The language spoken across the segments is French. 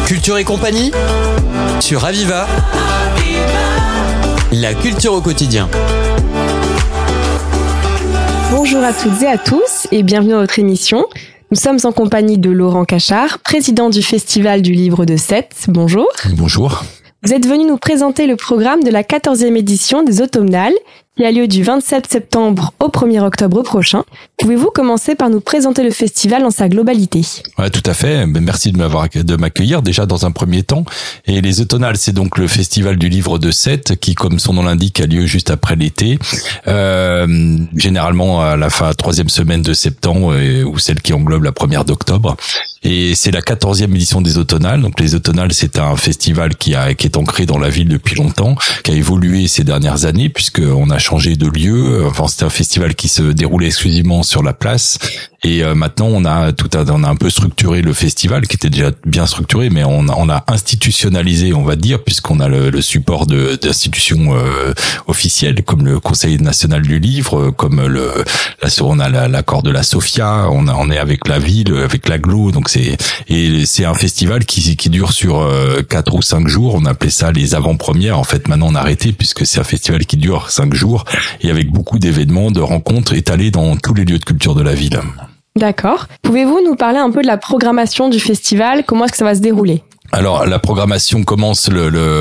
Culture et compagnie sur Aviva. La culture au quotidien. Bonjour à toutes et à tous et bienvenue dans notre émission. Nous sommes en compagnie de Laurent Cachard, président du Festival du Livre de Sète. Bonjour. Bonjour. Vous êtes venu nous présenter le programme de la 14e édition des Automnales qui a lieu du 27 septembre au 1er octobre prochain. Pouvez-vous commencer par nous présenter le festival dans sa globalité ? Ouais, tout à fait. Merci de m'accueillir déjà dans un premier temps. Et les Automnales, c'est donc le festival du livre de Sète qui, comme son nom l'indique, a lieu juste après l'été. Généralement à la fin, troisième semaine de septembre ou celle qui englobe la première d'octobre. Et c'est la 14e édition des Automnales. Donc les Automnales, c'est un festival qui est ancré dans la ville depuis longtemps, qui a évolué ces dernières années puisque on a changé de lieu. Enfin, c'était un festival qui se déroulait exclusivement sur la place. Et maintenant, on a un peu structuré le festival, qui était déjà bien structuré, mais on a institutionnalisé, on va dire, puisqu'on a le support d'institutions officielles, comme le Conseil national du livre, comme on a l'accord de la Sofia, on est avec la ville, avec l'agglo, donc c'est un festival qui dure sur 4 ou 5 jours. On appelait ça les avant-premières. En fait, maintenant, on a arrêté puisque c'est un festival qui dure 5 jours et avec beaucoup d'événements, de rencontres étalés dans tous les lieux de culture de la ville. D'accord. Pouvez-vous nous parler un peu de la programmation du festival ? Comment est-ce que ça va se dérouler ? Alors la programmation commence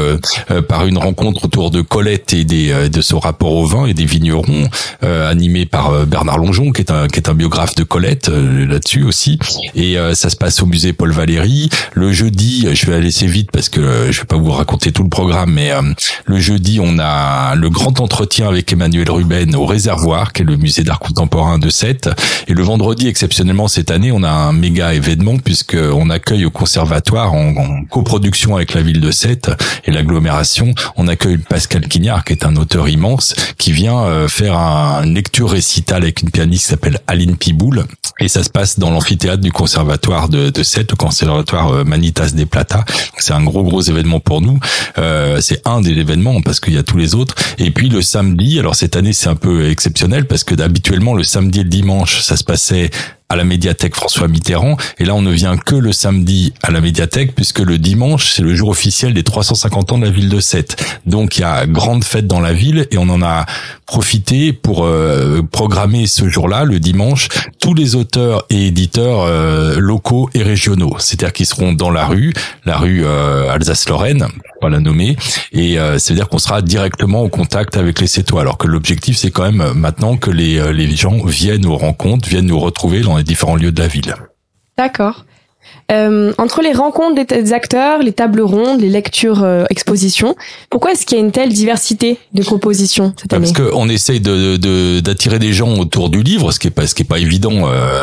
par une rencontre autour de Colette et de son rapport au vin et des vignerons, animé par Bernard Longeon qui est un biographe de Colette là-dessus aussi. Et ça se passe au musée Paul Valéry. Le jeudi, je vais aller assez vite parce que je vais pas vous raconter tout le programme, mais le jeudi on a le grand entretien avec Emmanuel Ruben au Réservoir, qui est le musée d'art contemporain de Sète. Et le vendredi, exceptionnellement cette année, on a un méga événement puisque on accueille au conservatoire en coproduction avec la ville de Sète et l'agglomération, on accueille Pascal Quignard, qui est un auteur immense, qui vient faire une lecture récitale avec une pianiste qui s'appelle Aline Piboul. Et ça se passe dans l'amphithéâtre du conservatoire de Sète, le conservatoire Manitas des Plata. C'est un gros événement pour nous. C'est un des événements parce qu'il y a tous les autres. Et puis le samedi, alors cette année c'est un peu exceptionnel parce que habituellement le samedi et le dimanche ça se passait à la médiathèque François Mitterrand, et là on ne vient que le samedi à la médiathèque puisque le dimanche c'est le jour officiel des 350 ans de la ville de Sète. Donc il y a grande fête dans la ville et on en a profité pour programmer ce jour-là, le dimanche, tous les auteurs et éditeurs locaux et régionaux. C'est-à-dire qu'ils seront dans la rue Alsace-Lorraine, pas la nommer, et c'est-à-dire qu'on sera directement au contact avec les Sétois. Alors que l'objectif c'est quand même maintenant que les gens viennent aux rencontres, viennent nous retrouver dans les différents lieux de la ville. D'accord. Entre les rencontres des acteurs, les tables rondes, les lectures, expositions, pourquoi est-ce qu'il y a une telle diversité de propositions cette année ? Parce qu'on essaye d'attirer des gens autour du livre, ce qui est pas évident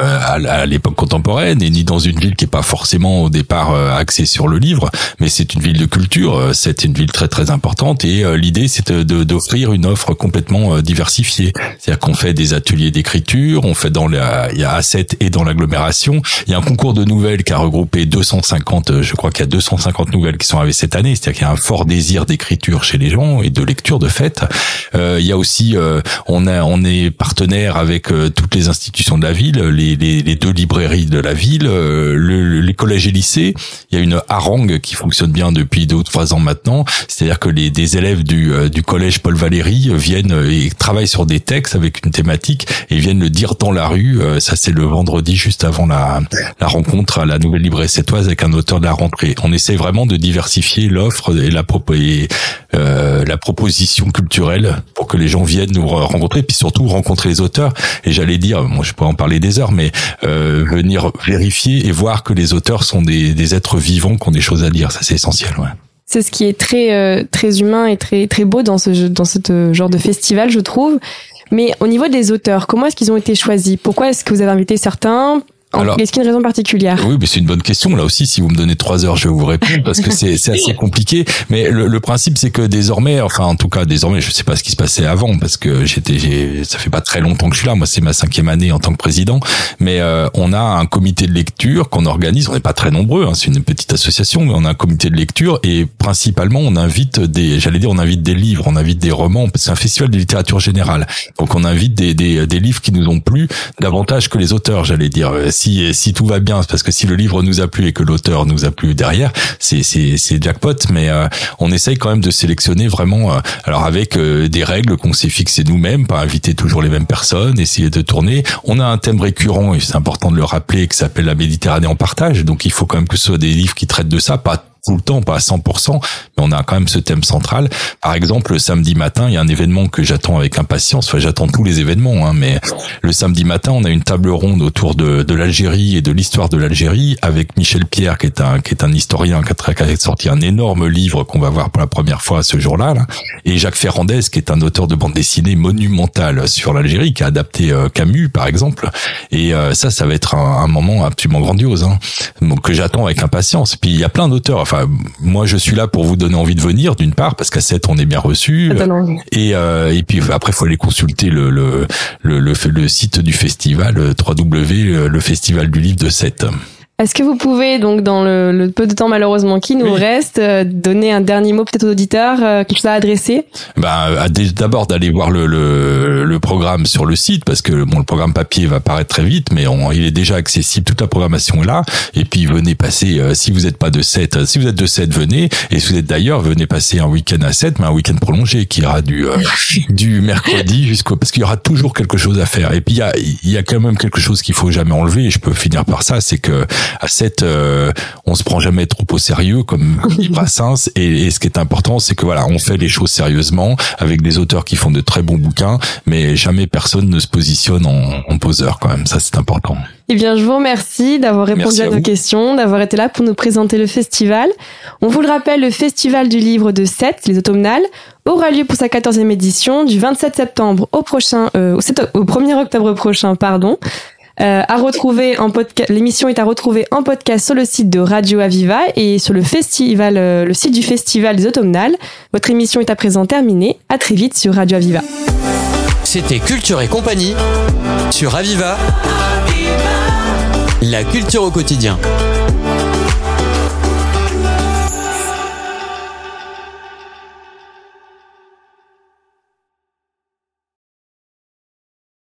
à l'époque contemporaine, et ni dans une ville qui est pas forcément au départ axée sur le livre, mais c'est une ville de culture, c'est une ville très très importante, et l'idée c'est d'offrir une offre complètement diversifiée. C'est-à-dire qu'on fait des ateliers d'écriture, on fait il y a à Sète et dans l'agglomération, il y a un concours de nouvelles qui a regroupé 250, je crois qu'il y a 250 nouvelles qui sont arrivées cette année, c'est-à-dire qu'il y a un fort désir d'écriture chez les gens et de lecture de fait. Il y a aussi, on est partenaire avec toutes les institutions de la ville, les 2 librairies de la ville, les collèges et lycées. Il y a une harangue qui fonctionne bien depuis 2 ou 3 ans maintenant, c'est-à-dire que des élèves du collège Paul Valéry viennent et travaillent sur des textes avec une thématique et viennent le dire dans la rue. Ça c'est le vendredi juste avant la rencontre à la nouvelle librairie sétoise avec un auteur de la rentrée. On essaie vraiment de diversifier l'offre et la proposition culturelle pour que les gens viennent nous rencontrer, puis surtout rencontrer les auteurs. Et j'allais dire, moi je pourrais en parler des heures, mais venir vérifier et voir que les auteurs sont des êtres vivants qui ont des choses à dire. Ça c'est essentiel. Ouais. C'est ce qui est très humain et très très beau dans ce genre de festival, je trouve. Mais au niveau des auteurs, comment est-ce qu'ils ont été choisis ? Pourquoi est-ce que vous avez invité certains ? Alors, est-ce qu'il y a une raison particulière ? Oui, mais c'est une bonne question. Là aussi, si vous me donnez 3 heures, je vais vous répondre parce que c'est assez compliqué. Mais le principe, c'est que désormais, enfin, en tout cas, désormais, je sais pas ce qui se passait avant parce que ça fait pas très longtemps que je suis là. Moi, c'est ma 5e année en tant que président. Mais on a un comité de lecture qu'on organise. On n'est pas très nombreux, hein, c'est une petite association, mais on a un comité de lecture et principalement, on invite on invite des livres, on invite des romans. C'est un festival de littérature générale. Donc, on invite des livres qui nous ont plu davantage que les auteurs, j'allais dire. si tout va bien, parce que si le livre nous a plu et que l'auteur nous a plu derrière, c'est jackpot. Mais on essaye quand même de sélectionner vraiment, alors avec des règles qu'on s'est fixées nous-mêmes, pas inviter toujours les mêmes personnes, essayer de tourner. On a un thème récurrent et c'est important de le rappeler, qui s'appelle la Méditerranée en partage. Donc il faut quand même que ce soit des livres qui traitent de ça, pas tout le temps, pas à 100%, mais on a quand même ce thème central. Par exemple, le samedi matin, il y a un événement que j'attends avec impatience. Enfin, j'attends tous les événements, mais le samedi matin, on a une table ronde autour de l'Algérie et de l'histoire de l'Algérie avec Michel Pierre, qui est un historien qui a sorti un énorme livre qu'on va voir pour la première fois ce jour-là, là. Et Jacques Ferrandez, qui est un auteur de bande dessinée monumentale sur l'Algérie, qui a adapté Camus, par exemple. Et ça va être un moment absolument grandiose, donc que j'attends avec impatience. Puis il y a plein d'auteurs. Enfin, moi je suis là pour vous donner envie de venir, d'une part parce qu'à 7 on est bien reçu, et puis après faut aller consulter le site du festival, le festival du livre de 7. Est-ce que vous pouvez, donc, dans le peu de temps malheureusement qui nous reste, donner un dernier mot peut-être aux auditeurs, quelque chose à adresser? D'abord d'aller voir le programme sur le site, parce que le programme papier va paraître très vite, mais il est déjà accessible, toute la programmation est là. Et puis venez passer, si vous êtes de 7, venez. Et si vous êtes d'ailleurs, venez passer un week-end à 7, mais un week-end prolongé qui ira du mercredi parce qu'il y aura toujours quelque chose à faire. Et puis il y a quand même quelque chose qu'il faut jamais enlever, et je peux finir par ça, c'est que à 7, on se prend jamais trop au sérieux, comme dit Brassens, et ce qui est important, c'est que voilà, on fait les choses sérieusement, avec des auteurs qui font de très bons bouquins, mais jamais personne ne se positionne en poseur quand même, ça c'est important. Eh bien, je vous remercie d'avoir répondu à nos questions, d'avoir été là pour nous présenter le festival. On vous le rappelle, le festival du livre de 7, les Automnales, aura lieu pour sa 14e édition du 27 septembre au 1er octobre prochain, pardon. À retrouver en podcast. L'émission est à retrouver en podcast sur le site de Radio Aviva et sur le festival, le site du festival des Automnales. Votre émission est à présent terminée. À très vite sur Radio Aviva. C'était Culture et compagnie sur Aviva. La culture au quotidien.